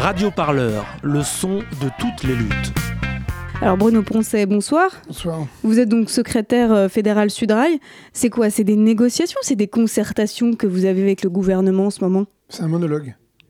Radio Parleur, le son de toutes les luttes. Alors Bruno Poncet, bonsoir. Bonsoir. Vous êtes donc secrétaire fédéral Sudrail. C'est quoi ? C'est des négociations ? C'est des concertations que vous avez avec le gouvernement en ce moment ? C'est un monologue.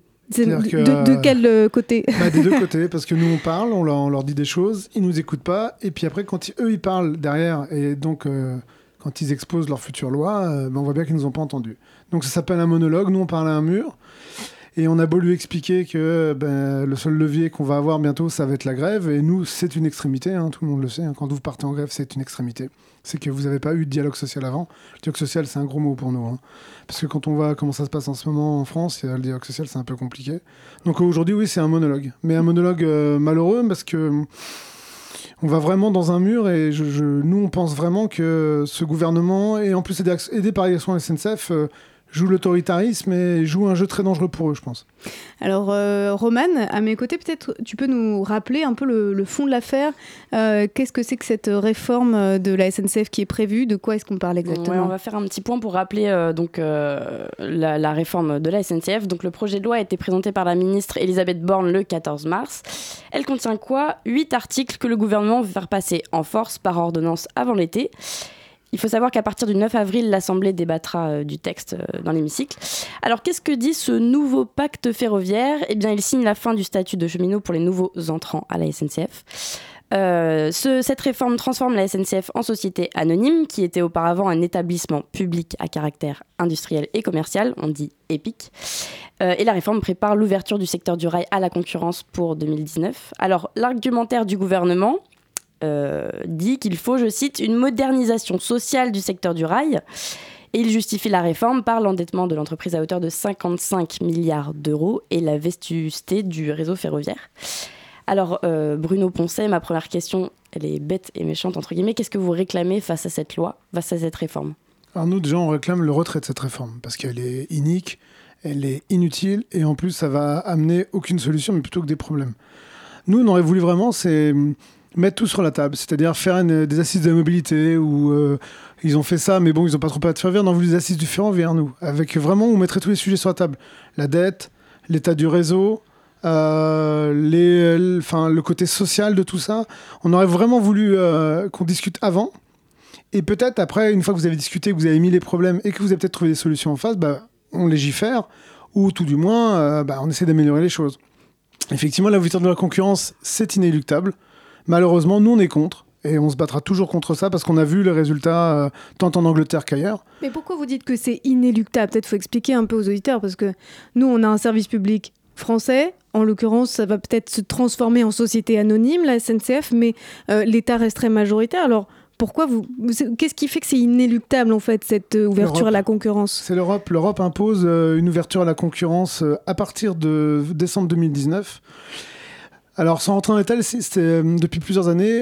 De quel côté ? Des deux côtés, parce que nous on parle, on leur dit des choses, ils nous écoutent pas, et puis après quand eux ils parlent derrière, et donc quand ils exposent leur future loi, on voit bien qu'ils nous ont pas entendus. Donc ça s'appelle un monologue, nous on parle à un mur, et on a beau lui expliquer que le seul levier qu'on va avoir bientôt ça va être la grève, et nous c'est une extrémité, tout le monde le sait, quand vous partez en grève c'est une extrémité. C'est que vous n'avez pas eu de dialogue social avant. Le dialogue social, c'est un gros mot pour nous. Parce que quand on voit comment ça se passe en ce moment en France, le dialogue social, c'est un peu compliqué. Donc aujourd'hui, oui, c'est un monologue. Mais un monologue malheureux parce que on va vraiment dans un mur et nous, on pense vraiment que ce gouvernement, et en plus aidé par les actions SNCF, joue l'autoritarisme et joue un jeu très dangereux pour eux, je pense. Alors, Romane, à mes côtés, peut-être tu peux nous rappeler un peu le fond de l'affaire. Qu'est-ce que c'est que cette réforme de la SNCF qui est prévue ? De quoi est-ce qu'on parle exactement ? On va faire un petit point pour rappeler la réforme de la SNCF. Donc, le projet de loi a été présenté par la ministre Elisabeth Borne le 14 mars. Elle contient quoi ? 8 articles que le gouvernement veut faire passer en force par ordonnance avant l'été. Il faut savoir qu'à partir du 9 avril, l'Assemblée débattra du texte dans l'hémicycle. Alors, qu'est-ce que dit ce nouveau pacte ferroviaire ? Eh bien, il signe la fin du statut de cheminot pour les nouveaux entrants à la SNCF. Cette réforme transforme la SNCF en société anonyme, qui était auparavant un établissement public à caractère industriel et commercial, on dit EPIC. Et la réforme prépare l'ouverture du secteur du rail à la concurrence pour 2019. Alors, l'argumentaire du gouvernement dit qu'il faut, je cite, une modernisation sociale du secteur du rail. Et il justifie la réforme par l'endettement de l'entreprise à hauteur de 55 milliards d'euros et la vétusté du réseau ferroviaire. Alors, Bruno Poncet, ma première question, elle est bête et méchante, entre guillemets. Qu'est-ce que vous réclamez face à cette loi, face à cette réforme ? Alors nous, déjà, on réclame le retrait de cette réforme, parce qu'elle est inique, elle est inutile, et en plus, ça va amener aucune solution, mais plutôt que des problèmes. Nous, on aurait voulu vraiment, c'est mettre tout sur la table, c'est-à-dire faire des assises de la mobilité où ils ont fait ça, mais bon, ils n'ont pas trop parlé de ferroviaire, on a voulu des assises du ferroviaire, nous, avec vraiment, on mettrait tous les sujets sur la table. La dette, l'état du réseau, le côté social de tout ça. On aurait vraiment voulu qu'on discute avant, et peut-être après, une fois que vous avez discuté, que vous avez mis les problèmes et que vous avez peut-être trouvé des solutions en face, on légifère, ou tout du moins, on essaie d'améliorer les choses. Effectivement, l'ouverture de la concurrence, c'est inéluctable. Malheureusement, nous, on est contre. Et on se battra toujours contre ça parce qu'on a vu les résultats tant en Angleterre qu'ailleurs. Mais pourquoi vous dites que c'est inéluctable ? Peut-être faut expliquer un peu aux auditeurs parce que nous, on a un service public français. En l'occurrence, ça va peut-être se transformer en société anonyme, la SNCF, mais l'État resterait majoritaire. Alors, qu'est-ce qui fait que c'est inéluctable, en fait, cette ouverture L'Europe. à la concurrence ? C'est l'Europe. L'Europe impose une ouverture à la concurrence à partir de décembre 2019. Alors, sans rentrer en détail, depuis plusieurs années,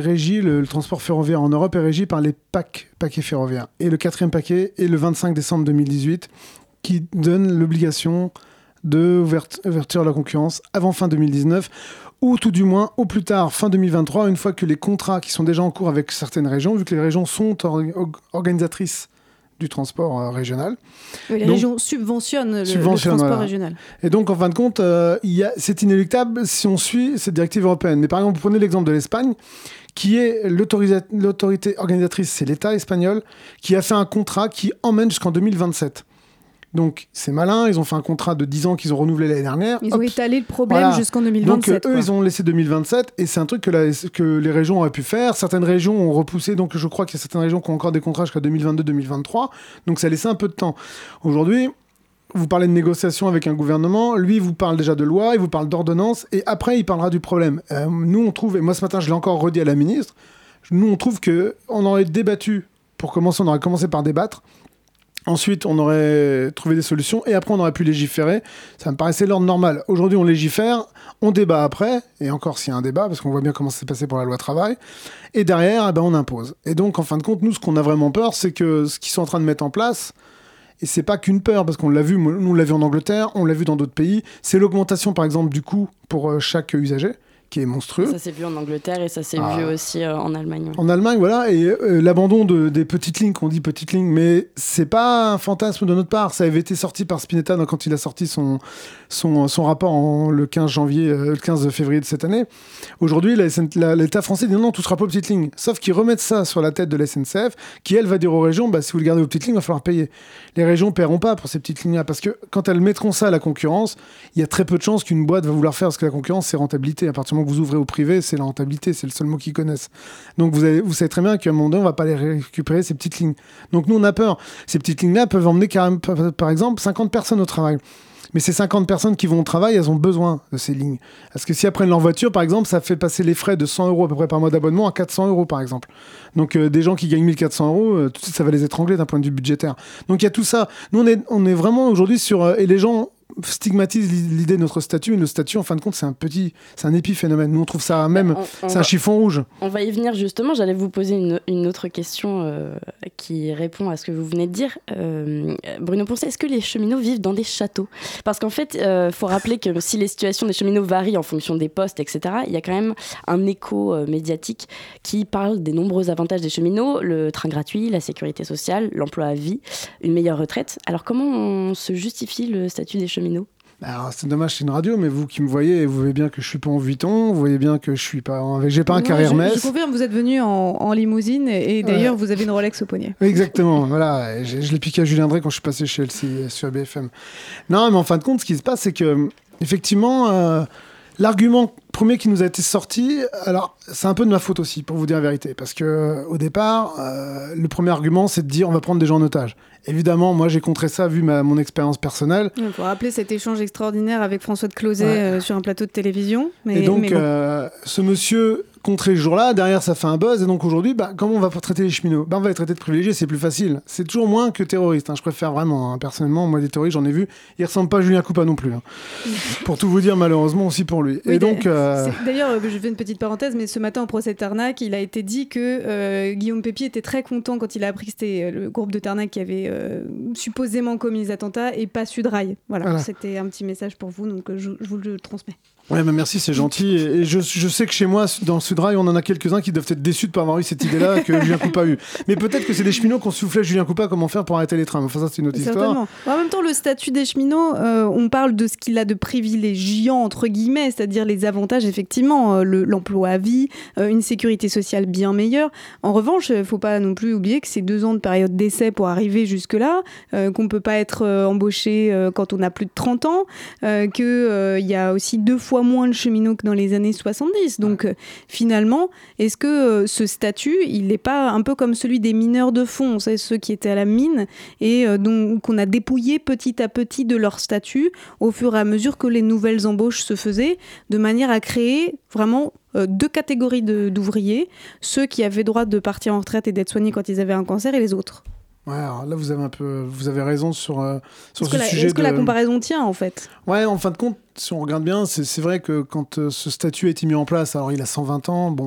le transport ferroviaire en Europe est régi par les paquets ferroviaires. Et le 4e paquet est le 25 décembre 2018, qui donne l'obligation d'ouverture à la concurrence avant fin 2019, ou tout du moins au plus tard fin 2023, une fois que les contrats qui sont déjà en cours avec certaines régions, vu que les régions sont organisatrices du transport régional. Oui, les régions subventionnent le transport régional. Et donc, en fin de compte, c'est inéluctable si on suit cette directive européenne. Mais par exemple, vous prenez l'exemple de l'Espagne, qui est l'autorité organisatrice, c'est l'État espagnol, qui a fait un contrat qui emmène jusqu'en 2027. Donc, c'est malin, ils ont fait un contrat de 10 ans qu'ils ont renouvelé l'année dernière. Ils ont étalé le problème jusqu'en 2027. Donc, eux, ils ont laissé 2027, et c'est un truc que les régions auraient pu faire. Certaines régions ont repoussé, donc je crois qu'il y a certaines régions qui ont encore des contrats jusqu'à 2022-2023. Donc, ça a laissé un peu de temps. Aujourd'hui, vous parlez de négociation avec un gouvernement, lui, il vous parle déjà de loi, il vous parle d'ordonnance, et après, il parlera du problème. Nous, on trouve, et moi, ce matin, je l'ai encore redit à la ministre, nous, on trouve qu'on aurait débattu, pour commencer, on aurait commencé par débattre. Ensuite, on aurait trouvé des solutions et après, on aurait pu légiférer. Ça me paraissait l'ordre normal. Aujourd'hui, on légifère, on débat après, et encore s'il y a un débat, parce qu'on voit bien comment ça s'est passé pour la loi travail. Et derrière, on impose. Et donc, en fin de compte, nous, ce qu'on a vraiment peur, c'est que ce qu'ils sont en train de mettre en place, et c'est pas qu'une peur, parce qu'on l'a vu, nous, on l'a vu en Angleterre, on l'a vu dans d'autres pays, c'est l'augmentation, par exemple, du coût pour chaque usager, qui est monstrueux. Ça s'est vu en Angleterre et ça s'est vu aussi en Allemagne. En Allemagne, voilà, et l'abandon des petites lignes, qu'on dit petites lignes, mais c'est pas un fantasme de notre part. Ça avait été sorti par Spinetta quand il a sorti son rapport le 15 février de cette année. Aujourd'hui, l'État français dit non, on touchera pas aux petites lignes. Sauf qu'ils remettent ça sur la tête de la SNCF, qui elle va dire aux régions, si vous le gardez aux petites lignes, il va falloir payer. Les régions paieront pas pour ces petites lignes-là, parce que quand elles mettront ça à la concurrence, il y a très peu de chances qu'une boîte va vouloir faire, parce que la concurrence, c'est rentabilité. À partir du moment que vous ouvrez au privé, c'est la rentabilité, c'est le seul mot qu'ils connaissent. Donc vous savez très bien qu'à un moment donné, on va pas les récupérer, ces petites lignes. Donc nous, on a peur. Ces petites lignes-là peuvent emmener carrément, par exemple, 50 personnes au travail. Mais ces 50 personnes qui vont au travail, elles ont besoin de ces lignes. Parce que si elles prennent leur voiture, par exemple, ça fait passer les frais de 100 € à peu près par mois d'abonnement à 400 € par exemple. Donc des gens qui gagnent 1400 €, tout de suite, ça va les étrangler d'un point de vue budgétaire. Donc il y a tout ça. Nous, on est vraiment aujourd'hui sur... et les gens stigmatisent l'idée de notre statut, mais le statut, en fin de compte, c'est un épiphénomène. Nous, on trouve ça même... c'est un chiffon rouge. On va y venir justement. J'allais vous poser une autre question qui répond à ce que vous venez de dire. Bruno Poncet, est-ce que les cheminots vivent dans des châteaux ? Parce qu'en fait, faut rappeler que si les situations des cheminots varient en fonction des postes, etc., il y a quand même un écho médiatique qui parle des nombreux avantages des cheminots, le train gratuit, la sécurité sociale, l'emploi à vie, une meilleure retraite. Alors comment on se justifie le statut des cheminots ? Alors, c'est dommage, c'est une radio, mais vous qui me voyez, vous voyez bien que je suis pas en Vuitton, vous voyez bien que j'ai pas un carré Hermès. Je confirme, vous êtes venu en limousine et d'ailleurs vous avez une Rolex au poignet. Exactement, voilà. Je l'ai piqué à Julien Drey quand je suis passé chez LCI sur BFM. Non, mais en fin de compte, ce qui se passe, c'est que effectivement, l'argument premier qui nous a été sorti, alors c'est un peu de ma faute aussi, pour vous dire la vérité, parce que au départ, le premier argument, c'est de dire on va prendre des gens en otage. Évidemment, moi j'ai contré ça vu mon expérience personnelle. Il faut rappeler cet échange extraordinaire avec François de Closet sur un plateau de télévision. Et donc, ce monsieur contré ce jour-là, derrière ça fait un buzz, et donc aujourd'hui, comment on va traiter les cheminots ? On va les traiter de privilégiés, c'est plus facile. C'est toujours moins que terroristes, je préfère vraiment, personnellement, moi des terroristes, j'en ai vu, ils ressemblent pas à Julien Coupa non plus. Pour tout vous dire, malheureusement aussi pour lui. Oui, et donc, d'ailleurs, je fais une petite parenthèse, mais ce matin au procès de Tarnac, il a été dit que Guillaume Pépi était très content quand il a appris que c'était le groupe de Tarnac qui avait supposément commis les attentats et pas Sudrail. Voilà. C'était un petit message pour vous, donc je vous le transmets. Ouais, merci, c'est gentil. Et je sais que chez moi, dans le Sudrail, on en a quelques-uns qui doivent être déçus de ne pas avoir eu cette idée-là que Julien Coupa a eu. Mais peut-être que c'est des cheminots qu'on soufflait Julien Coupa comment faire pour arrêter les trains. Enfin, ça, c'est une autre histoire. En même temps, le statut des cheminots, on parle de ce qu'il a de privilégiant, entre guillemets, c'est-à-dire les avantages, effectivement, l'emploi à vie, une sécurité sociale bien meilleure. En revanche, il ne faut pas non plus oublier que c'est 2 ans de période d'essai pour arriver jusque-là, qu'on ne peut pas être embauché quand on a plus de 30 ans, qu'il y a aussi 2 fois moins de cheminots que dans les années 70. Donc finalement, est-ce que ce statut, il n'est pas un peu comme celui des mineurs de fond, c'est ceux qui étaient à la mine et qu'on a dépouillé petit à petit de leur statut au fur et à mesure que les nouvelles embauches se faisaient, de manière à créer vraiment 2 catégories d'ouvriers, ceux qui avaient droit de partir en retraite et d'être soignés quand ils avaient un cancer et les autres. Ouais, alors là, vous avez raison sur ce sujet. Est-ce que la comparaison tient, en fait ? Ouais, en fin de compte, si on regarde bien, c'est vrai que quand ce statut a été mis en place, alors il a 120 ans,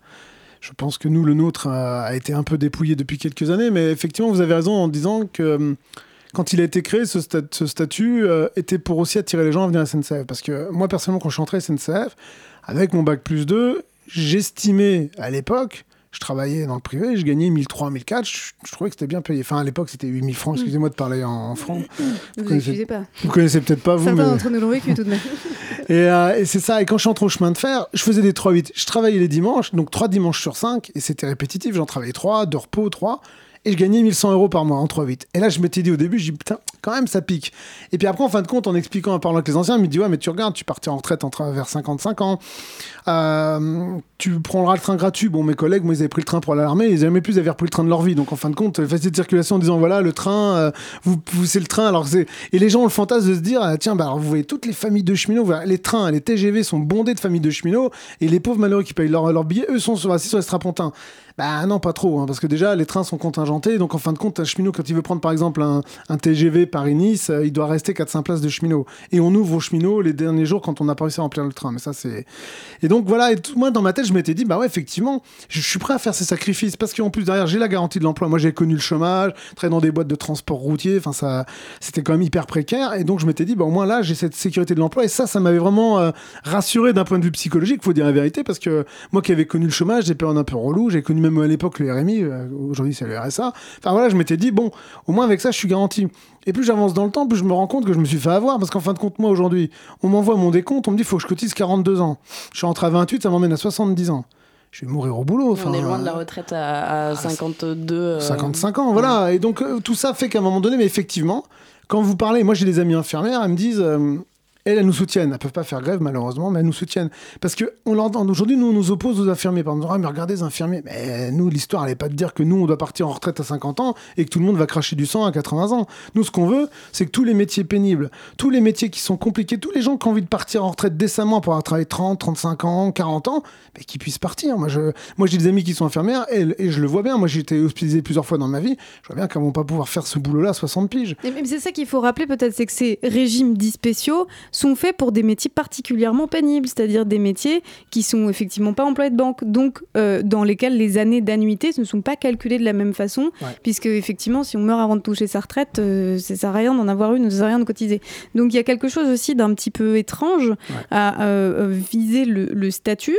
je pense que nous, le nôtre, a été un peu dépouillé depuis quelques années, mais effectivement, vous avez raison en disant que quand il a été créé, ce statut était pour aussi attirer les gens à venir à SNCF. Parce que moi, personnellement, quand je suis entré à SNCF, avec mon bac plus 2, j'estimais à l'époque... Je travaillais dans le privé, je gagnais 1003, 1004, je trouvais que c'était bien payé. Enfin, à l'époque, c'était 8000 francs, excusez-moi de parler en francs. Vous n'excusez pas. Vous connaissez peut-être pas, vous. Certains d'entre nous l'ont vécu tout de même. Et c'est ça, et quand je suis entré au chemin de fer, je faisais des 3-8. Je travaillais les dimanches, donc 3 dimanches sur 5, et c'était répétitif, j'en travaillais 3, de repos 3, et je gagnais 1100 € par mois en 3-8. Et là, je m'étais dit au début, je dis putain, quand même, ça pique. Et puis après, en fin de compte, en expliquant, en parlant avec les anciens, ils me disent ouais, mais tu regardes, tu partais en retraite vers 55 ans. Tu prendras le train gratuit. Bon, mes collègues, moi, ils avaient pris le train pour aller à l'armée, ils jamais plus avaient repris le train de leur vie. Donc, en fin de compte, facilité de circulation en disant voilà, le train, vous c'est le train. Alors, et les gens ont le fantasme de se dire tiens, alors vous voyez toutes les familles de cheminots, les trains, les TGV sont bondés de familles de cheminots, et les pauvres malheureux qui payent leur billet, eux sont assis sur les strapontins. Bah non, pas trop, hein, parce que déjà, les trains sont contingentés, donc en fin de compte, un cheminot, quand il veut prendre par exemple un TGV Paris-Nice, il doit rester 4-5 places de cheminot. Et on ouvre aux cheminots les derniers jours quand on n'a pas réussi à remplir le train. Mais ça, c'est... Et donc voilà, moi dans ma tête, je m'étais dit, bah ouais, effectivement, je suis prêt à faire ces sacrifices, parce qu'en plus derrière, j'ai la garantie de l'emploi. Moi, j'ai connu le chômage, travaillé dans des boîtes de transport routier, enfin ça, c'était quand même hyper précaire. Et donc je m'étais dit, bah au moins là, j'ai cette sécurité de l'emploi. Et ça m'avait vraiment rassuré d'un point de vue psychologique, faut dire la vérité, parce que moi qui avais connu le chômage, des périodes un peu relou, j'ai connu même à l'époque le RMI, aujourd'hui c'est le RSA. Enfin voilà, je m'étais dit, bon, au moins avec ça, je suis garanti. Et plus j'avance dans le temps, plus je me rends compte que je me suis fait avoir, parce qu'en fin de compte, moi aujourd'hui, on m'envoie mon décompte, on me dit, il faut que je cotise 42 ans. Je suis rentré à 28, ça m'emmène à 70 ans. Je vais mourir au boulot. On est loin de la retraite à 52... 55 ans, voilà. Et donc, tout ça fait qu'à un moment donné, mais effectivement, quand vous parlez, moi j'ai des amies infirmières, elles me disent... Elles nous soutiennent. Elles ne peuvent pas faire grève, malheureusement, mais elles nous soutiennent. Parce qu'on l'entend. Aujourd'hui, nous, on nous oppose aux infirmiers. Par exemple, mais regardez les infirmiers. Mais nous, l'histoire, elle n'est pas de dire que nous, on doit partir en retraite à 50 ans et que tout le monde va cracher du sang à 80 ans. Nous, ce qu'on veut, c'est que tous les métiers pénibles, tous les métiers qui sont compliqués, tous les gens qui ont envie de partir en retraite décemment pour avoir travaillé 30, 35 ans, 40 ans, mais qu'ils puissent partir. Moi, j'ai des amis qui sont infirmières et je le vois bien. Moi, j'ai été hospitalisé plusieurs fois dans ma vie. Je vois bien qu'elles ne vont pas pouvoir faire ce boulot-là à 60 piges. Mais c'est ça qu'il faut rappeler, peut-être, c'est que ces régimes dits spéciaux sont faits pour des métiers particulièrement pénibles, c'est-à-dire des métiers qui sont effectivement pas employés de banque, donc dans lesquels les années d'annuité ne sont pas calculées de la même façon, puisque effectivement, si on meurt avant de toucher sa retraite, ça sert à rien d'en avoir une, ça sert à rien de cotiser. Donc il y a quelque chose aussi d'un petit peu étrange à viser le statut.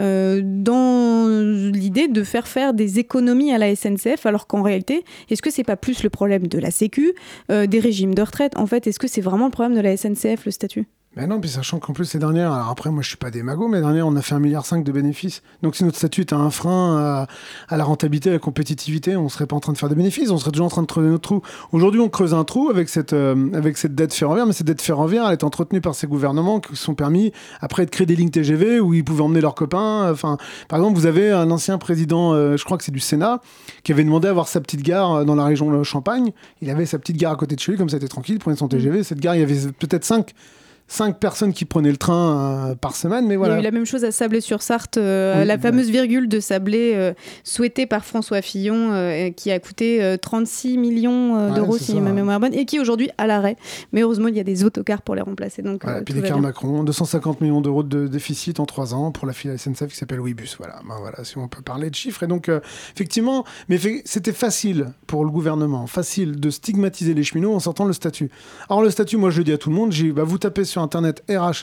Dans l'idée de faire des économies à la SNCF, alors qu'en réalité, est-ce que c'est pas plus le problème de la Sécu, des régimes de retraite? En fait, est-ce que c'est vraiment le problème de la SNCF, le statut? Ben non, puis sachant qu'en plus ces dernières, alors après moi je suis pas démago, mais les dernières on a fait 1,5 milliard de bénéfices. Donc si notre statut est un frein à la rentabilité, à la compétitivité, on serait pas en train de faire des bénéfices, on serait toujours en train de creuser notre trou. Aujourd'hui on creuse un trou avec cette dette ferroviaire, mais cette dette ferroviaire elle est entretenue par ces gouvernements qui se sont permis après de créer des lignes TGV où ils pouvaient emmener leurs copains. Enfin, par exemple vous avez un ancien président, je crois que c'est du Sénat, qui avait demandé à avoir sa petite gare dans la région de Champagne. Il avait sa petite gare à côté de chez lui, comme ça il était tranquille, il prenait son TGV. Cette gare il y avait peut-être 5 personnes qui prenaient le train par semaine, mais voilà. Il y a eu la même chose à Sablé-sur-Sarthe, la fameuse virgule de Sablé souhaitée par François Fillon, qui a coûté 36 millions d'euros, si ma mémoire est bonne, et qui est aujourd'hui à l'arrêt. Mais heureusement, il y a des autocars pour les remplacer. Donc, puis des cars Macron, 250 millions d'euros de déficit en 3 ans pour la filiale SNCF qui s'appelle Ouibus. Voilà, si on peut parler de chiffres. Et donc, effectivement, mais c'était facile pour le gouvernement, facile de stigmatiser les cheminots en sortant le statut. Alors, le statut, moi, je le dis à tout le monde, vous tapez sur Internet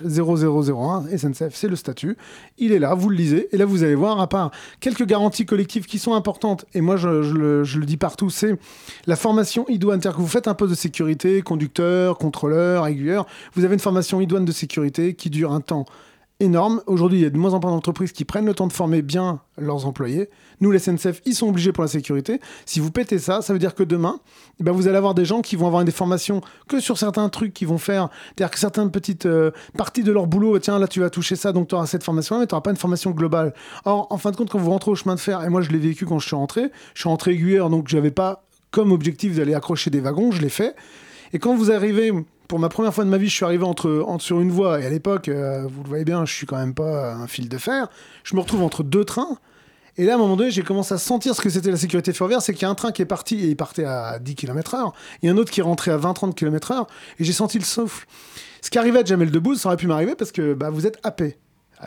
RH0001, SNCF, c'est le statut. Il est là, vous le lisez, et là vous allez voir, à part quelques garanties collectives qui sont importantes, et moi je le dis partout, c'est la formation idoine. C'est-à-dire que vous faites un poste de sécurité, conducteur, contrôleur, aiguilleur, vous avez une formation idoine de sécurité qui dure un temps énorme. Aujourd'hui, il y a de moins en moins d'entreprises qui prennent le temps de former bien leurs employés. Nous, les SNCF, ils sont obligés pour la sécurité. Si vous pétez ça, ça veut dire que demain, vous allez avoir des gens qui vont avoir des formations que sur certains trucs qu'ils vont faire. C'est-à-dire que certaines petites parties de leur boulot, tiens, là, tu vas toucher ça, donc tu auras cette formation-là, mais tu n'auras pas une formation globale. Or, en fin de compte, quand vous rentrez au chemin de fer, et moi, je l'ai vécu quand je suis rentré aiguilleur, donc je n'avais pas comme objectif d'aller accrocher des wagons, je l'ai fait. Et quand vous arrivez... Pour ma première fois de ma vie, je suis arrivé sur une voie, et à l'époque, vous le voyez bien, je suis quand même pas un fil de fer. Je me retrouve entre 2 trains, et là, à un moment donné, j'ai commencé à sentir ce que c'était la sécurité ferroviaire, c'est qu'il y a un train qui est parti, et il partait à 10 km/h, il y a un autre qui est rentré à 20-30 km/h, et j'ai senti le souffle. Ce qui arrivait à Jamel Debbouze, ça aurait pu m'arriver parce que vous êtes happé.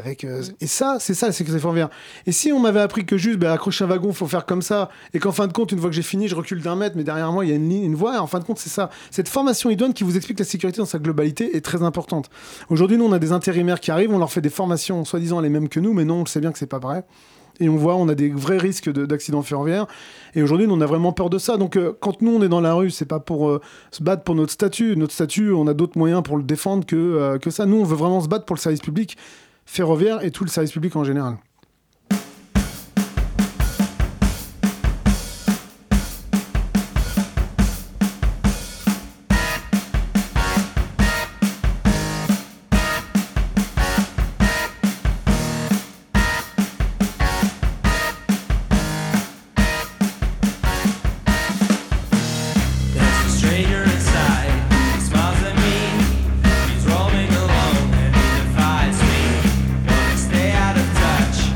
Et ça, c'est ça la sécurité ferroviaire. Et si on m'avait appris que juste accrocher un wagon, il faut faire comme ça, et qu'en fin de compte, une fois que j'ai fini, je recule d'1 mètre, mais derrière moi, il y a une ligne, une voie, et en fin de compte, c'est ça. Cette formation idoine qui vous explique la sécurité dans sa globalité est très importante. Aujourd'hui, nous, on a des intérimaires qui arrivent, on leur fait des formations, soi-disant les mêmes que nous, mais non, on sait bien que c'est pas vrai. Et on a des vrais risques d'accidents ferroviaires. Et aujourd'hui, nous, on a vraiment peur de ça. Donc, quand nous, on est dans la rue, c'est pas pour se battre pour notre statut. Notre statut, on a d'autres moyens pour le défendre que ça. Nous, on veut vraiment se battre pour le service public ferroviaire et tout le service public en général. Touch.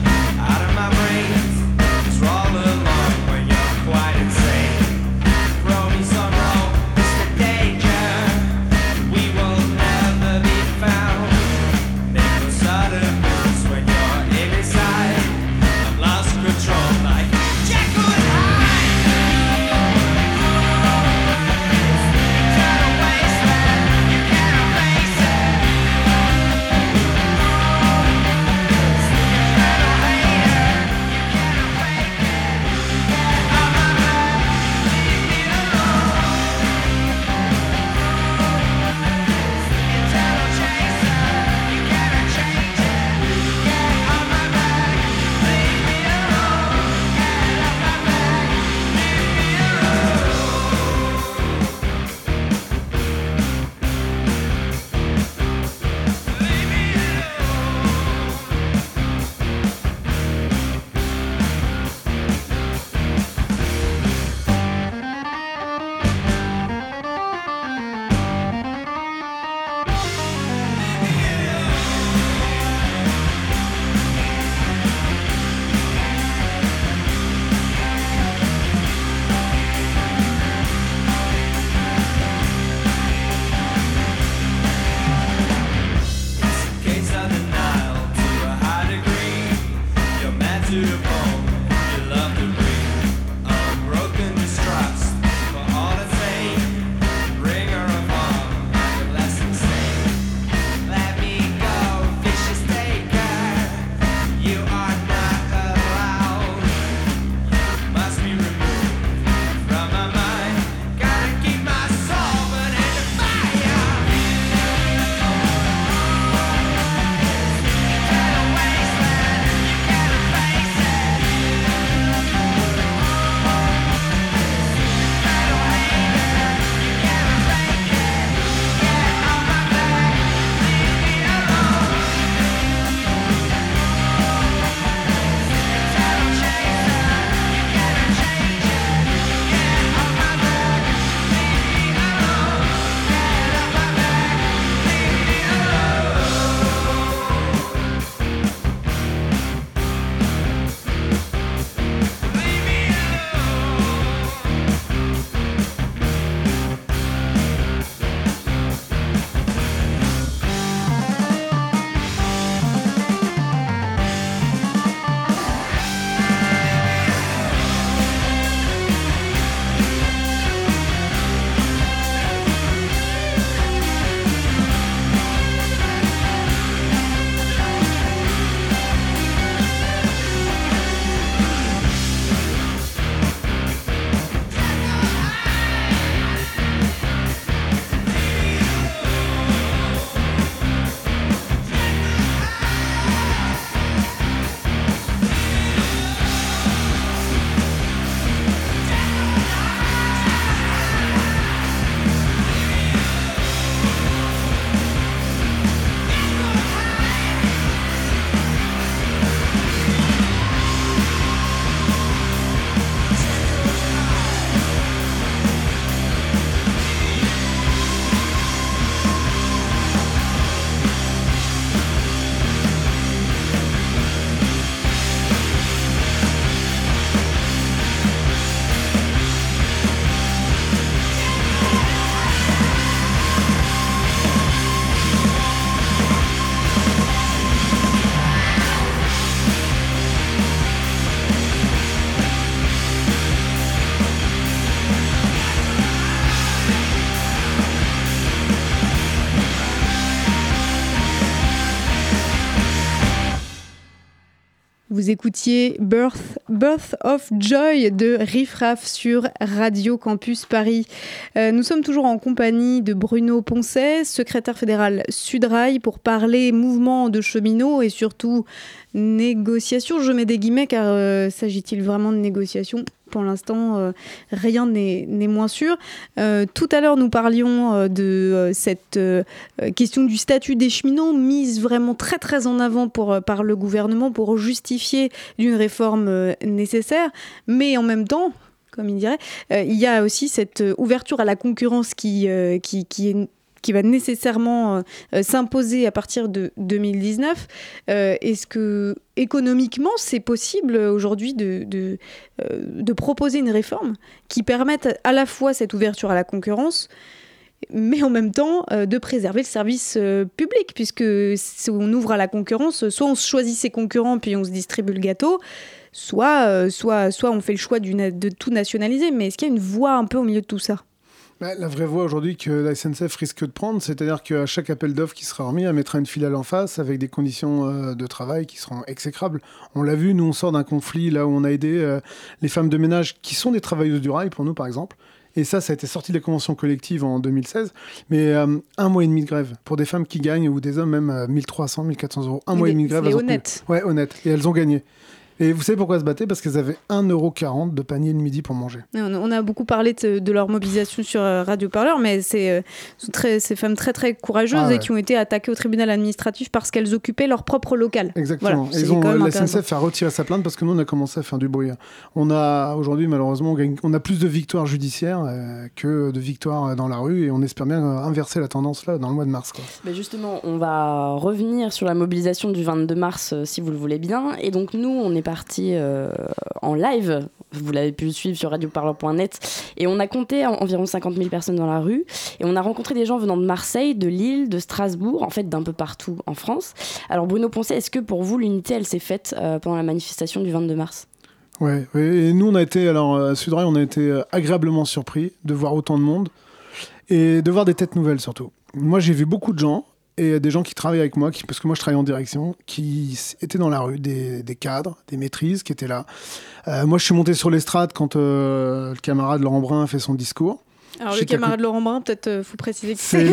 Vous écoutiez Birth of Joy de Riff Raff sur Radio Campus Paris. Nous sommes toujours en compagnie de Bruno Poncet, secrétaire fédéral Sudrail, pour parler mouvement de cheminots et surtout négociation. Je mets des guillemets car s'agit-il vraiment de négociation ? Pour l'instant, rien n'est moins sûr. Tout à l'heure, nous parlions de cette question du statut des cheminots, mise vraiment très très en avant par le gouvernement pour justifier d'une réforme nécessaire. Mais en même temps, comme il dirait, il y a aussi cette ouverture à la concurrence qui va nécessairement s'imposer à partir de 2019. Est-ce que économiquement, c'est possible aujourd'hui de proposer une réforme qui permette à la fois cette ouverture à la concurrence, mais en même temps de préserver le service public, puisque si on ouvre à la concurrence, soit on choisit ses concurrents puis on se distribue le gâteau, soit on fait le choix de tout nationaliser. Mais est-ce qu'il y a une voie un peu au milieu de tout ça ? La vraie voie aujourd'hui que la SNCF risque de prendre, c'est-à-dire qu'à chaque appel d'offres qui sera remis, elle mettra une filiale en face avec des conditions de travail qui seront exécrables. On l'a vu, nous on sort d'un conflit là où on a aidé les femmes de ménage qui sont des travailleuses du rail pour nous par exemple. Et ça a été sorti des conventions collectives en 2016. Mais 1 mois et demi de grève pour des femmes qui gagnent, ou des hommes même 1300, 1400 euros. 1 mois et demi de grève. C'est honnête. Ouais, honnête. Et elles ont gagné. Et vous savez pourquoi elles se battaient ? Parce qu'elles avaient 1,40€ de panier le midi pour manger. On a beaucoup parlé de leur mobilisation sur Radio Parleur, mais c'est ces femmes très très courageuses et qui ont été attaquées au tribunal administratif parce qu'elles occupaient leur propre local. Exactement. Voilà, la SNCF a retiré sa plainte parce que nous on a commencé à faire du bruit. On a aujourd'hui malheureusement on a plus de victoires judiciaires que de victoires dans la rue, et on espère bien inverser la tendance là dans le mois de mars, quoi. Mais justement, on va revenir sur la mobilisation du 22 mars si vous le voulez bien. Et donc nous, on est parti en live, vous l'avez pu suivre sur radioparleur.net, et on a compté environ 50 000 personnes dans la rue, et on a rencontré des gens venant de Marseille, de Lille, de Strasbourg, en fait d'un peu partout en France. Alors Bruno Poncet, est-ce que pour vous l'unité elle s'est faite pendant la manifestation du 22 mars ? Ouais, et nous on a été, à Sudrail, on a été agréablement surpris de voir autant de monde et de voir des têtes nouvelles surtout. Moi j'ai vu beaucoup de gens, et des gens qui travaillent avec moi, parce que moi je travaille en direction, qui étaient dans la rue, des cadres, des maîtrises qui étaient là. Moi je suis monté sur l'estrade quand le camarade Laurent Brun a fait son discours. Alors le camarade Laurent Brun, peut-être faut préciser que c'est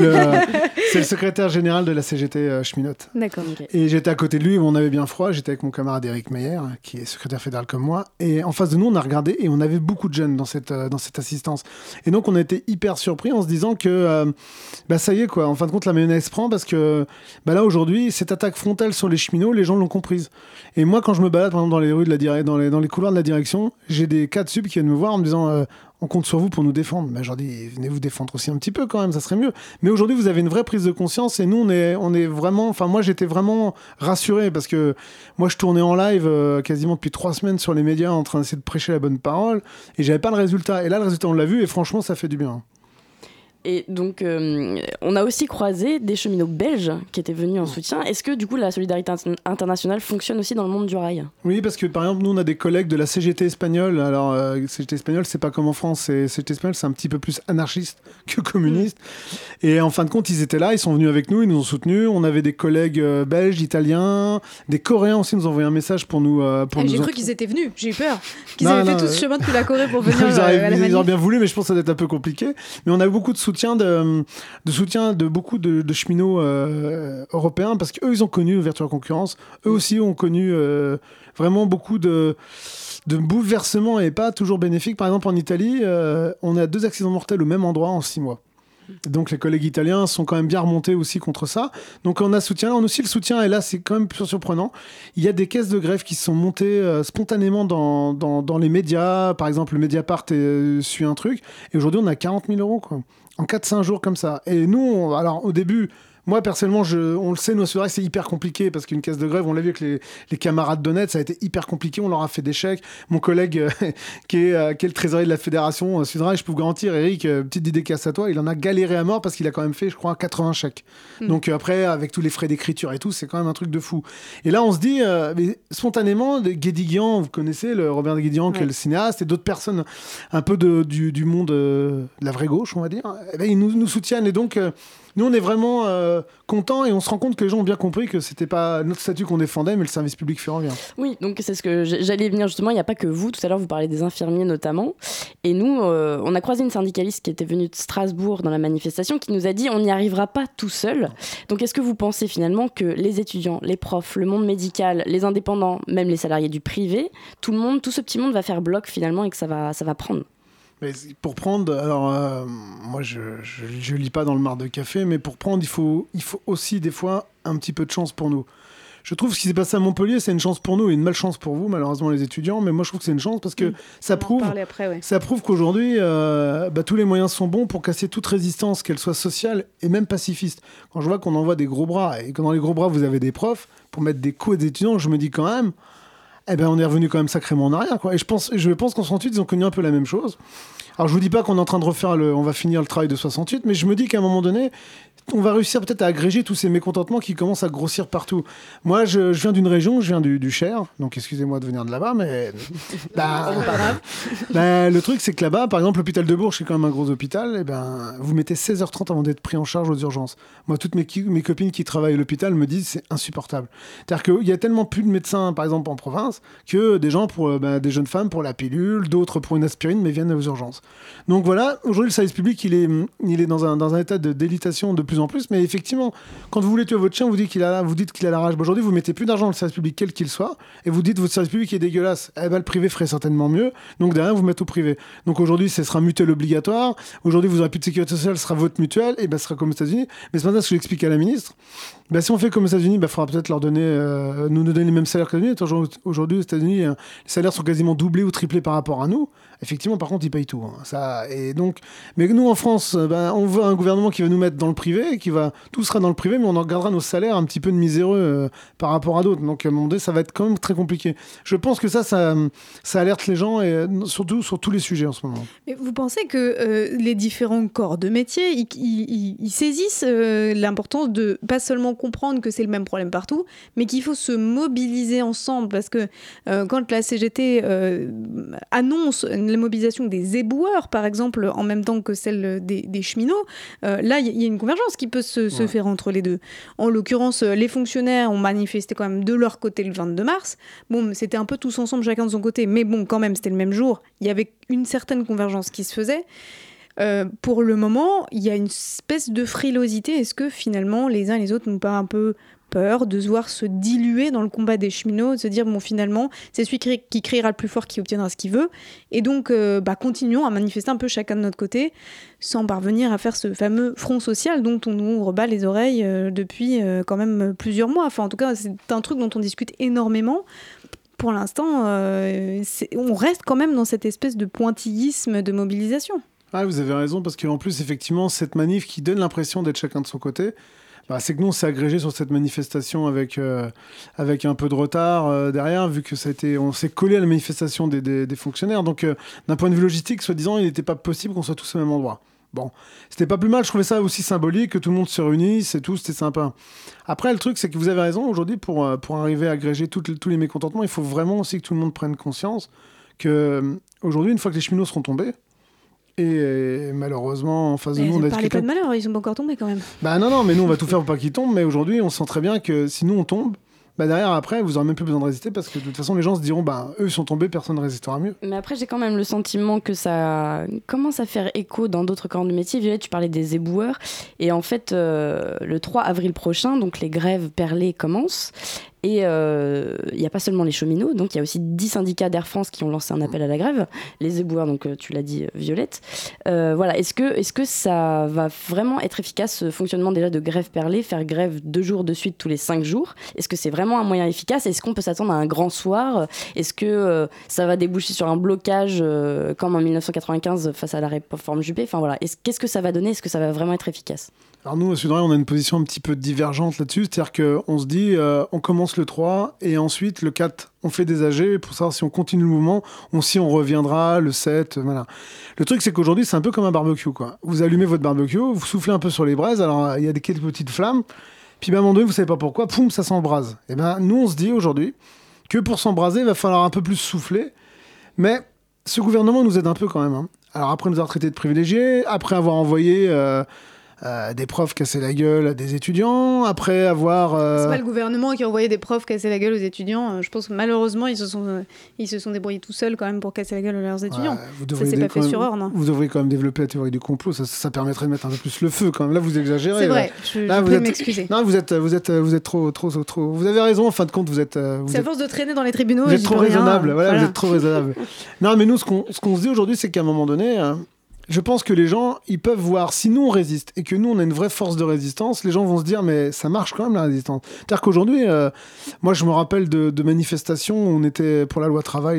le secrétaire général de la CGT Cheminote. D'accord. Okay. Et j'étais à côté de lui, on avait bien froid, j'étais avec mon camarade Éric Meyer, qui est secrétaire fédéral comme moi, et en face de nous on a regardé et on avait beaucoup de jeunes dans cette assistance. Et donc on a été hyper surpris en se disant que ça y est quoi, en fin de compte la mayonnaise prend, parce que là aujourd'hui cette attaque frontale sur les cheminots, les gens l'ont comprise. Et moi quand je me balade par exemple dans les rues dans les couloirs de la direction, j'ai des cadres sub qui viennent me voir en me disant on compte sur vous pour nous défendre. Mais je leur dis, venez vous défendre aussi un petit peu quand même, ça serait mieux. Mais aujourd'hui, vous avez une vraie prise de conscience, et nous, on est vraiment... Enfin, moi, j'étais vraiment rassuré, parce que moi, je tournais en live quasiment depuis 3 semaines sur les médias en train d'essayer de prêcher la bonne parole, et j'avais pas le résultat. Et là, le résultat, on l'a vu, et franchement, ça fait du bien. Et donc, on a aussi croisé des cheminots belges qui étaient venus en soutien. Est-ce que, du coup, la solidarité internationale fonctionne aussi dans le monde du rail ? Oui, parce que, par exemple, nous, on a des collègues de la CGT espagnole. Alors, CGT espagnole, c'est pas comme en France. CGT espagnole, c'est un petit peu plus anarchiste que communiste. Et en fin de compte, ils étaient là, ils sont venus avec nous, ils nous ont soutenus. On avait des collègues belges, italiens, des Coréens aussi nous ont envoyé un message pour nous... J'ai cru qu'ils étaient venus, j'ai eu peur. Qu'ils avaient fait tout ce chemin depuis la Corée pour venir à la manif. Ils auraient bien voulu, mais je pense que ça doit être un peu compliqué. Mais on a eu beaucoup de soutien de beaucoup de cheminots européens, parce qu'eux ils ont connu l'ouverture à la concurrence, eux aussi ont connu vraiment beaucoup de bouleversements, et pas toujours bénéfiques. Par exemple en Italie, on a 2 accidents mortels au même endroit en 6 mois. Donc les collègues italiens sont quand même bien remontés aussi contre ça. Donc on a aussi le soutien, et là c'est quand même plus surprenant. Il y a des caisses de grève qui se sont montées spontanément dans les médias. Par exemple le Mediapart suit un truc, et aujourd'hui on a 40 000 euros quoi, en 4-5 jours comme ça. Et nous, alors au début... Moi, personnellement, on le sait, nous, c'est vrai que c'est hyper compliqué, parce qu'une caisse de grève, on l'a vu avec les camarades d'Honnête, ça a été hyper compliqué, on leur a fait des chèques. Mon collègue, qui est le trésorier de la fédération Sudrail, je peux vous garantir, Eric, petite dédicace à toi, il en a galéré à mort, parce qu'il a quand même fait, je crois, 80 chèques. Donc après, avec tous les frais d'écriture et tout, c'est quand même un truc de fou. Et là, on se dit, mais, spontanément, Guédiguian, vous connaissez Robert Guédiguian, qui est le cinéaste, et d'autres personnes un peu du monde de la vraie gauche, on va dire, ils nous soutiennent. Et donc... nous, on est vraiment contents et on se rend compte que les gens ont bien compris que c'était pas notre statut qu'on défendait, mais le service public ferroviaire. Oui, donc c'est ce que j'allais venir justement. Il n'y a pas que vous. Tout à l'heure, vous parlez des infirmiers notamment. Et nous, on a croisé une syndicaliste qui était venue de Strasbourg dans la manifestation qui nous a dit on n'y arrivera pas tout seul. Donc est-ce que vous pensez finalement que les étudiants, les profs, le monde médical, les indépendants, même les salariés du privé, tout ce petit monde va faire bloc finalement et que ça va prendre? Mais pour prendre, alors moi je lis pas dans le marc de café, mais pour prendre, il faut aussi des fois un petit peu de chance pour nous. Je trouve ce qui s'est passé à Montpellier, c'est une chance pour nous et une malchance pour vous, malheureusement les étudiants, mais moi je trouve que c'est une chance parce que ça prouve qu'aujourd'hui, tous les moyens sont bons pour casser toute résistance, qu'elle soit sociale et même pacifiste. Quand je vois qu'on envoie des gros bras et que dans les gros bras vous avez des profs pour mettre des coups des étudiants, je me dis quand même... on est revenu quand même sacrément en arrière, quoi. Et je pense qu'en 68, ils ont connu un peu la même chose. Alors, je vous dis pas qu'on est en train de refaire on va finir le travail de 68, mais je me dis qu'à un moment donné, on va réussir peut-être à agréger tous ces mécontentements qui commencent à grossir partout. Moi, je viens d'une région, je viens du Cher, donc excusez-moi de venir de là-bas, mais... le truc, c'est que là-bas, par exemple, l'hôpital de Bourges, c'est quand même un gros hôpital, vous mettez 16h30 avant d'être pris en charge aux urgences. Moi, toutes mes copines qui travaillent à l'hôpital me disent c'est insupportable. C'est-à-dire qu'il y a tellement plus de médecins, par exemple, en province, que des gens des jeunes femmes pour la pilule, d'autres pour une aspirine, mais viennent aux urgences. Donc voilà, aujourd'hui, le service public, il est dans un état de délitation de plus en plus, mais effectivement, quand vous voulez tuer votre chien, vous dites qu'il a la rage. Aujourd'hui, vous mettez plus d'argent dans le service public, quel qu'il soit, et vous dites que votre service public est dégueulasse. Le privé ferait certainement mieux, donc derrière, vous mettez au privé. Donc aujourd'hui, ce sera mutuelle obligatoire. Aujourd'hui, vous n'aurez plus de sécurité sociale, ce sera votre mutuelle, et ce sera comme aux États-Unis. Mais c'est pas ça ce que j'explique à la ministre. Si on fait comme aux États-Unis, il faudra peut-être leur nous donner les mêmes salaires qu'aux États-Unis. Aujourd'hui, aux États-Unis, les salaires sont quasiment doublés ou triplés par rapport à nous. Effectivement, par contre, ils payent tout. Mais nous, en France, on veut un gouvernement qui va nous mettre dans le privé, tout sera dans le privé, mais on en gardera nos salaires un petit peu de miséreux par rapport à d'autres. Donc, à un moment donné, ça va être quand même très compliqué. Je pense que ça alerte les gens, et surtout sur tous les sujets en ce moment. Mais vous pensez que les différents corps de métier, ils saisissent l'importance de pas seulement comprendre que c'est le même problème partout, mais qu'il faut se mobiliser ensemble, parce que quand la CGT annonce la mobilisation des éboueurs, par exemple, en même temps que celle des cheminots, là, il y a une convergence qui peut se faire entre les deux. En l'occurrence, les fonctionnaires ont manifesté quand même de leur côté le 22 mars. Bon, c'était un peu tous ensemble, chacun de son côté, mais bon, quand même, c'était le même jour. Il y avait une certaine convergence qui se faisait. Pour le moment, il y a une espèce de frilosité. Est-ce que finalement, les uns et les autres n'ont pas un peu peur de se voir se diluer dans le combat des cheminots, de se dire finalement c'est celui qui criera le plus fort qui obtiendra ce qu'il veut, et donc continuons à manifester un peu chacun de notre côté sans parvenir à faire ce fameux front social dont on nous rebat les oreilles depuis quand même plusieurs mois. Enfin, en tout cas, c'est un truc dont on discute énormément. Pour l'instant, on reste quand même dans cette espèce de pointillisme de mobilisation. Ah, vous avez raison, parce qu'en plus, effectivement, cette manif qui donne l'impression d'être chacun de son côté, c'est que nous, on s'est agrégé sur cette manifestation avec un peu de retard derrière, vu que on s'est collé à la manifestation des fonctionnaires. Donc, d'un point de vue logistique, soi-disant, il n'était pas possible qu'on soit tous au même endroit. Bon, c'était pas plus mal, je trouvais ça aussi symbolique, que tout le monde se réunisse et tout, c'était sympa. Après, le truc, c'est que vous avez raison, aujourd'hui, pour arriver à agréger tous les mécontentements, il faut vraiment aussi que tout le monde prenne conscience qu'aujourd'hui, une fois que les cheminots seront tombés, et malheureusement, en face de nous, on a... Ne parlez pas de malheur, ils sont pas encore tombés quand même. Non, mais nous, on va tout faire pour pas qu'ils tombent, mais aujourd'hui, on sent très bien que si nous, on tombe, derrière, après, vous n'aurez même plus besoin de résister, parce que de toute façon, les gens se diront, eux, ils sont tombés, personne ne résistera mieux. Mais après, j'ai quand même le sentiment que ça commence à faire écho dans d'autres corps de métier. Violette, tu parlais des éboueurs, et en fait, le 3 avril prochain, donc les grèves perlées commencent. Et il n'y a pas seulement les cheminots, donc il y a aussi 10 syndicats d'Air France qui ont lancé un appel à la grève. Les éboueurs, donc tu l'as dit, Violette. Voilà, est-ce que ça va vraiment être efficace, ce fonctionnement déjà de grève perlée, faire grève 2 jours de suite tous les 5 jours? Est-ce que c'est vraiment un moyen efficace? Est-ce qu'on peut s'attendre à un grand soir? Est-ce que ça va déboucher sur un blocage comme en 1995 face à la réforme Juppé? Enfin voilà, qu'est-ce que ça va donner? Est-ce que ça va vraiment être efficace? Alors nous, à Sud-Orient, on a une position un petit peu divergente là-dessus, c'est-à-dire qu'on se dit, on commence le 3, et ensuite, le 4, on fait des AG, pour savoir si on continue le mouvement, si on reviendra, le 7, voilà. Le truc, c'est qu'aujourd'hui, c'est un peu comme un barbecue, quoi. Vous allumez votre barbecue, vous soufflez un peu sur les braises, alors il y a quelques petites flammes, puis à un moment donné, vous savez pas pourquoi, poum, ça s'embrase. Et nous, on se dit aujourd'hui que pour s'embraser, il va falloir un peu plus souffler, mais ce gouvernement nous aide un peu quand même, hein. Alors après nous avoir traités de privilégiés, après avoir envoyé des profs casser la gueule à des étudiants, après avoir... C'est pas le gouvernement qui a envoyé des profs casser la gueule aux étudiants. Je pense que malheureusement, ils se sont débrouillés tout seuls quand même pour casser la gueule à leurs étudiants. Ça s'est pas fait sur ordre. Vous devriez quand même développer la théorie du complot, ça permettrait de mettre un peu plus le feu quand même. Là, vous exagérez. C'est vrai, je vais m'excuser. Non, vous êtes trop... Vous avez raison, en fin de compte, c'est à force de traîner dans les tribunaux. Vous êtes trop raisonnable, voilà, vous êtes trop raisonnable. Non, mais nous, ce qu'on se dit aujourd'hui, c'est qu'à un moment donné... je pense que les gens, ils peuvent voir, si nous on résiste et que nous on a une vraie force de résistance, les gens vont se dire mais ça marche quand même la résistance. C'est-à-dire qu'aujourd'hui, moi je me rappelle de manifestations où on était pour la loi travail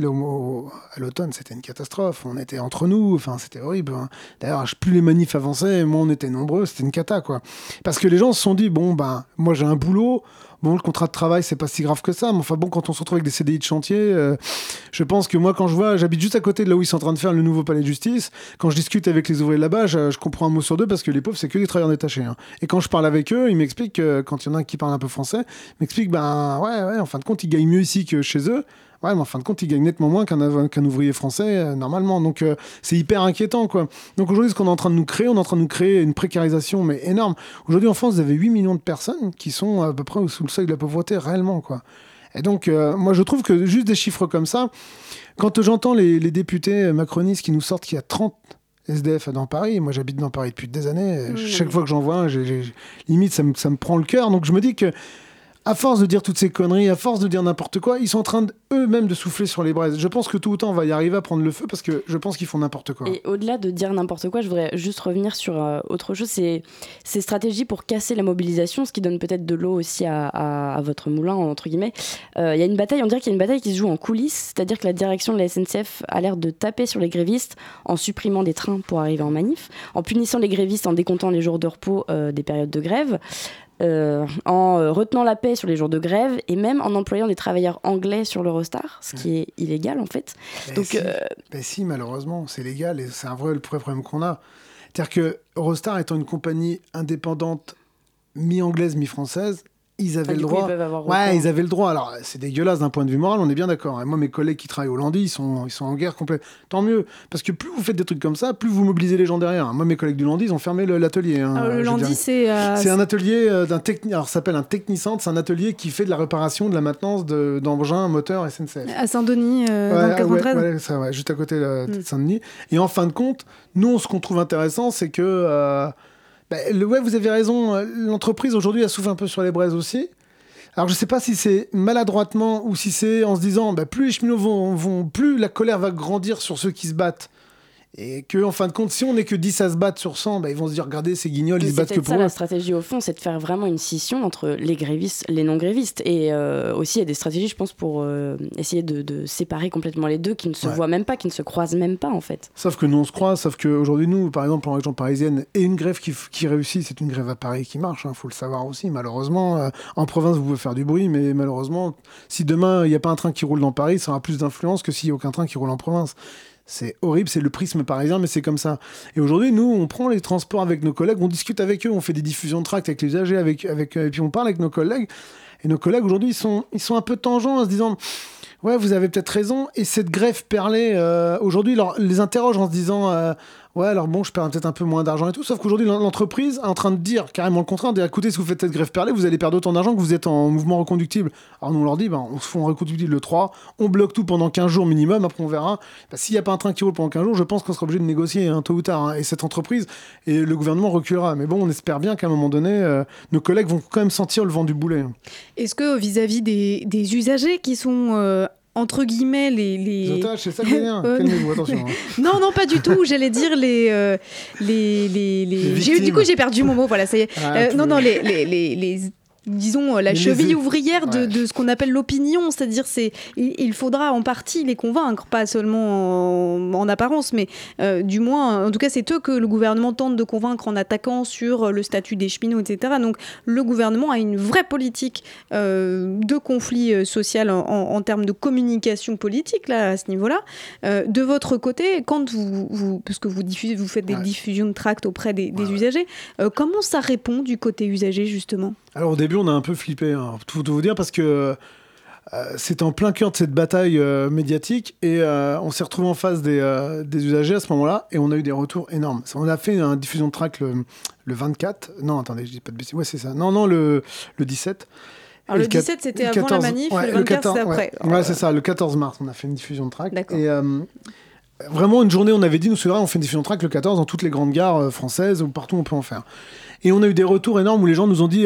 à l'automne, c'était une catastrophe, on était entre nous, enfin c'était horrible. Hein. D'ailleurs, plus les manifs avançaient, moins on était nombreux, c'était une cata quoi. Parce que les gens se sont dit bon ben moi j'ai un boulot. Bon, le contrat de travail, c'est pas si grave que ça, mais enfin bon, quand on se retrouve avec des CDI de chantier, je pense que moi, quand j'habite juste à côté de là où ils sont en train de faire le nouveau palais de justice, quand je discute avec les ouvriers là-bas, je comprends un mot sur deux parce que les pauvres, c'est que des travailleurs détachés. Hein. Et quand je parle avec eux, ils m'expliquent, quand il y en a un qui parle un peu français, ils m'expliquent, ouais, en fin de compte, ils gagnent mieux ici que chez eux. Ouais, mais en fin de compte, ils gagnent nettement moins qu'un ouvrier français, normalement. Donc, c'est hyper inquiétant, quoi. Donc, aujourd'hui, ce qu'on est en train de nous créer, on est en train de nous créer une précarisation, mais énorme. Aujourd'hui, en France, vous avez 8 millions de personnes qui sont à peu près sous le seuil de la pauvreté, réellement, quoi. Et donc, moi, je trouve que juste des chiffres comme ça, quand j'entends les députés macronistes qui nous sortent qu'il y a 30 SDF dans Paris, moi, j'habite dans Paris depuis des années, chaque fois que j'en vois un, limite, ça me prend le cœur. Donc, je me dis que à force de dire toutes ces conneries, à force de dire n'importe quoi, ils sont en train eux-mêmes de souffler sur les braises. Je pense que tôt ou tard, on va y arriver à prendre le feu parce que je pense qu'ils font n'importe quoi. Et au-delà de dire n'importe quoi, je voudrais juste revenir sur autre chose. C'est ces stratégies pour casser la mobilisation, ce qui donne peut-être de l'eau aussi à votre moulin, entre guillemets. Il y a une bataille, on dirait qu'il y a une bataille qui se joue en coulisses, c'est-à-dire que la direction de la SNCF a l'air de taper sur les grévistes en supprimant des trains pour arriver en manif, en punissant les grévistes en décomptant les jours de repos des périodes de grève. En retenant la paix sur les jours de grève et même en employant des travailleurs anglais sur l'Eurostar, ce qui est illégal en fait. Donc, si, malheureusement, c'est légal et c'est un vrai problème qu'on a. C'est-à-dire que Eurostar étant une compagnie indépendante, mi-anglaise, mi-française, ils avaient le droit. Ils avaient le droit. Alors, c'est dégueulasse d'un point de vue moral, on est bien d'accord. Et moi, mes collègues qui travaillent au Landy, ils sont en guerre complète. Tant mieux. Parce que plus vous faites des trucs comme ça, plus vous mobilisez les gens derrière. Moi, mes collègues du Landy, ils ont fermé l'atelier. Hein, le Landy, c'est un atelier alors, ça s'appelle un technicentre. C'est un atelier qui fait de la réparation, de la maintenance d'engins, moteurs SNCF. À Saint-Denis, dans le 93. Juste à côté de Saint-Denis. Et en fin de compte, nous, ce qu'on trouve intéressant, c'est que... vous avez raison, l'entreprise aujourd'hui, elle souffle un peu sur les braises aussi. Alors je sais pas si c'est maladroitement ou si c'est en se disant plus les cheminots vont plus la colère va grandir sur ceux qui se battent. Et qu'en fin de compte, si on n'est que 10 à se battre sur 100, ils vont se dire, regardez, ces guignols, ils se battent que pour eux. La stratégie, au fond, c'est de faire vraiment une scission entre les grévistes, les non-grévistes. Et aussi, il y a des stratégies, je pense, pour essayer de séparer complètement les deux, qui ne se voient même pas, qui ne se croisent même pas, en fait. Sauf que nous, on se croise, sauf qu'aujourd'hui, nous, par exemple, en région parisienne, et une grève qui réussit, c'est une grève à Paris qui marche, faut le savoir aussi. Malheureusement, en province, vous pouvez faire du bruit, mais malheureusement, si demain, il n'y a pas un train qui roule dans Paris, ça aura plus d'influence que s'il n'y a aucun train qui roule en province. C'est horrible, c'est le prisme parisien, mais c'est comme ça. Et aujourd'hui, nous, on prend les transports avec nos collègues, on discute avec eux, on fait des diffusions de tracts avec les usagers, et puis on parle avec nos collègues. Et nos collègues, aujourd'hui, ils sont un peu tangents en se disant « Ouais, vous avez peut-être raison ». Et cette grève perlée, aujourd'hui, les interroge en se disant ouais, alors bon, je perds peut-être un peu moins d'argent et tout. Sauf qu'aujourd'hui, l'entreprise est en train de dire carrément le contraire. De dire, écoutez, si vous faites cette grève perlée, vous allez perdre autant d'argent que vous êtes en mouvement reconductible. Alors nous, on leur dit, on se fait en reconductible le 3, on bloque tout pendant 15 jours minimum, après on verra. S'il n'y a pas un train qui roule pendant 15 jours, je pense qu'on sera obligé de négocier tôt ou tard. Et cette entreprise, et le gouvernement reculera. Mais bon, on espère bien qu'à un moment donné, nos collègues vont quand même sentir le vent du boulet. Est-ce que vis-à-vis des usagers qui sont... entre guillemets les otages, c'est ça que j'ai bien. Calmez-vous, attention. Non, pas du tout. J'allais dire les j'ai perdu mon mot. Voilà, ça y est. Les disons la cheville ouvrière de ce qu'on appelle l'opinion, c'est-à-dire il faudra en partie les convaincre, pas seulement en apparence, mais du moins, en tout cas c'est eux que le gouvernement tente de convaincre en attaquant sur le statut des cheminots, etc. Donc le gouvernement a une vraie politique de conflit social en termes de communication politique là, à ce niveau-là. De votre côté, quand vous parce que vous faites des diffusions de tracts auprès des usagers, comment ça répond du côté usager justement ? Alors au début on a un peu flippé, tout vous dire, parce que c'était en plein cœur de cette bataille médiatique et on s'est retrouvé en face des usagers à ce moment-là et on a eu des retours énormes. On a fait une diffusion de track le 24. Non, attendez, je dis pas de bêtises. Ouais, c'est ça. Non, le 17. Alors le 17, c'était avant 14, la manif, le 24, c'était après. Ouais, c'est ça. Le 14 mars, on a fait une diffusion de track. D'accord. Et vraiment, une journée, on avait dit, nous, c'est vrai, on fait une diffusion de track le 14 dans toutes les grandes gares françaises ou partout on peut en faire. Et on a eu des retours énormes où les gens nous ont dit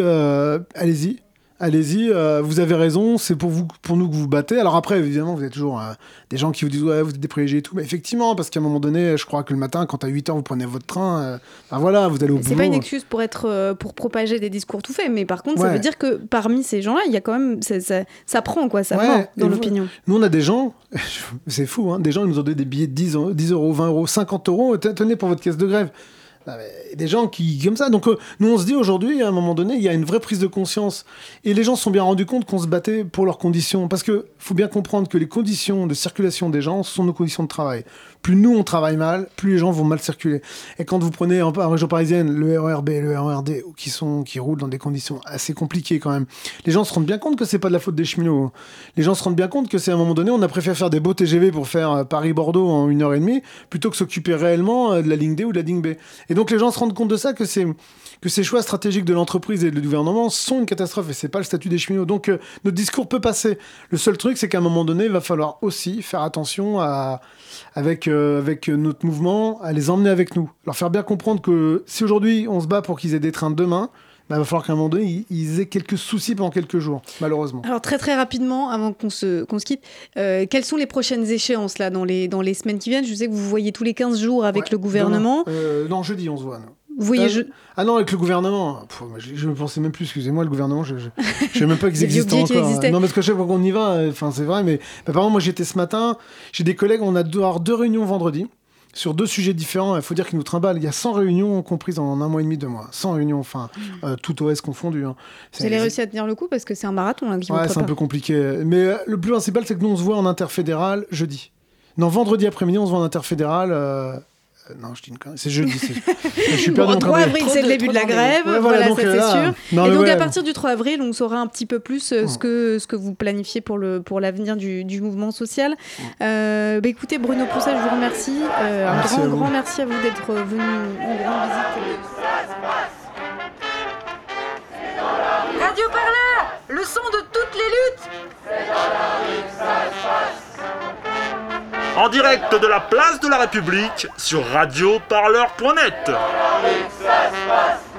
allez-y, vous avez raison, c'est pour nous que vous battez. Alors après, évidemment, vous avez toujours des gens qui vous disent ouais, vous êtes des privilégiés et tout. Mais effectivement, parce qu'à un moment donné, je crois que le matin, quand à 8h, vous prenez votre train, voilà, vous allez au boulot. C'est pas une excuse pour propager des discours tout faits, mais par contre, ça veut dire que parmi ces gens-là, il y a quand même, ça prend, quoi, ça prend dans l'opinion. Nous, on a des gens, c'est fou, hein, des gens, ils nous ont donné des billets de 10 euros, 20 euros, 50 euros, tenez pour votre caisse de grève. Des gens qui comme ça. Donc nous on se dit aujourd'hui à un moment donné il y a une vraie prise de conscience et les gens se sont bien rendus compte qu'on se battait pour leurs conditions parce que faut bien comprendre que les conditions de circulation des gens sont nos conditions de travail. Plus nous on travaille mal, plus les gens vont mal circuler. Et quand vous prenez en région parisienne le RERB, le RERD qui roulent dans des conditions assez compliquées quand même, les gens se rendent bien compte que c'est pas de la faute des cheminots. Les gens se rendent bien compte que c'est à un moment donné on a préféré faire des beaux TGV pour faire Paris-Bordeaux en 1h30 plutôt que s'occuper réellement de la ligne D ou de la ligne B. Et donc les gens se rendent compte de ça, que ces choix stratégiques de l'entreprise et du gouvernement sont une catastrophe et c'est pas le statut des cheminots. Donc notre discours peut passer. Le seul truc, c'est qu'à un moment donné, il va falloir aussi faire attention avec notre mouvement, à les emmener avec nous. Leur faire bien comprendre que si aujourd'hui on se bat pour qu'ils aient des trains demain, il va falloir qu'à un moment donné, ils aient quelques soucis pendant quelques jours, malheureusement. Alors très très rapidement, avant qu'on se quitte, quelles sont les prochaines échéances là, dans les semaines qui viennent ? Je sais que vous voyez tous les 15 jours avec le gouvernement. Non, jeudi on se voit. Non. Vous voyez Ah non, avec le gouvernement, je me pensais même plus, excusez-moi, le gouvernement, je sais même pas qu'ils existent encore. Non, parce que je sais qu'on y va, c'est vrai, mais par exemple, moi j'étais ce matin, j'ai des collègues, on a deux réunions vendredi. Sur 2 sujets différents, il faut dire qu'ils nous trimballent. Il y a 100 réunions comprises en 1 mois et demi, 2 mois. 100 réunions, tout OS confondu. Hein. Vous allez réussir à tenir le coup parce que c'est un marathon là, qui vous prépare. C'est un peu compliqué. Mais le plus principal, c'est que nous, on se voit en interfédéral jeudi. Non, vendredi après-midi, on se voit en interfédéral. Non, je dis une connerie. C'est jeudi. Je suis perdu. Le 3 avril, c'est le début de la grève. Ouais, voilà, donc, ça c'est sûr. Non, et donc, à partir du 3 avril, on saura un petit peu plus ce que vous planifiez pour l'avenir du mouvement social. Écoutez, Bruno Poncet, je vous remercie. Un grand merci à vous d'être venu en visite. Radio Parleur, le son de toutes les luttes. C'est dans la rue que ça se passe. En direct de la place de la République sur radioparleur.net.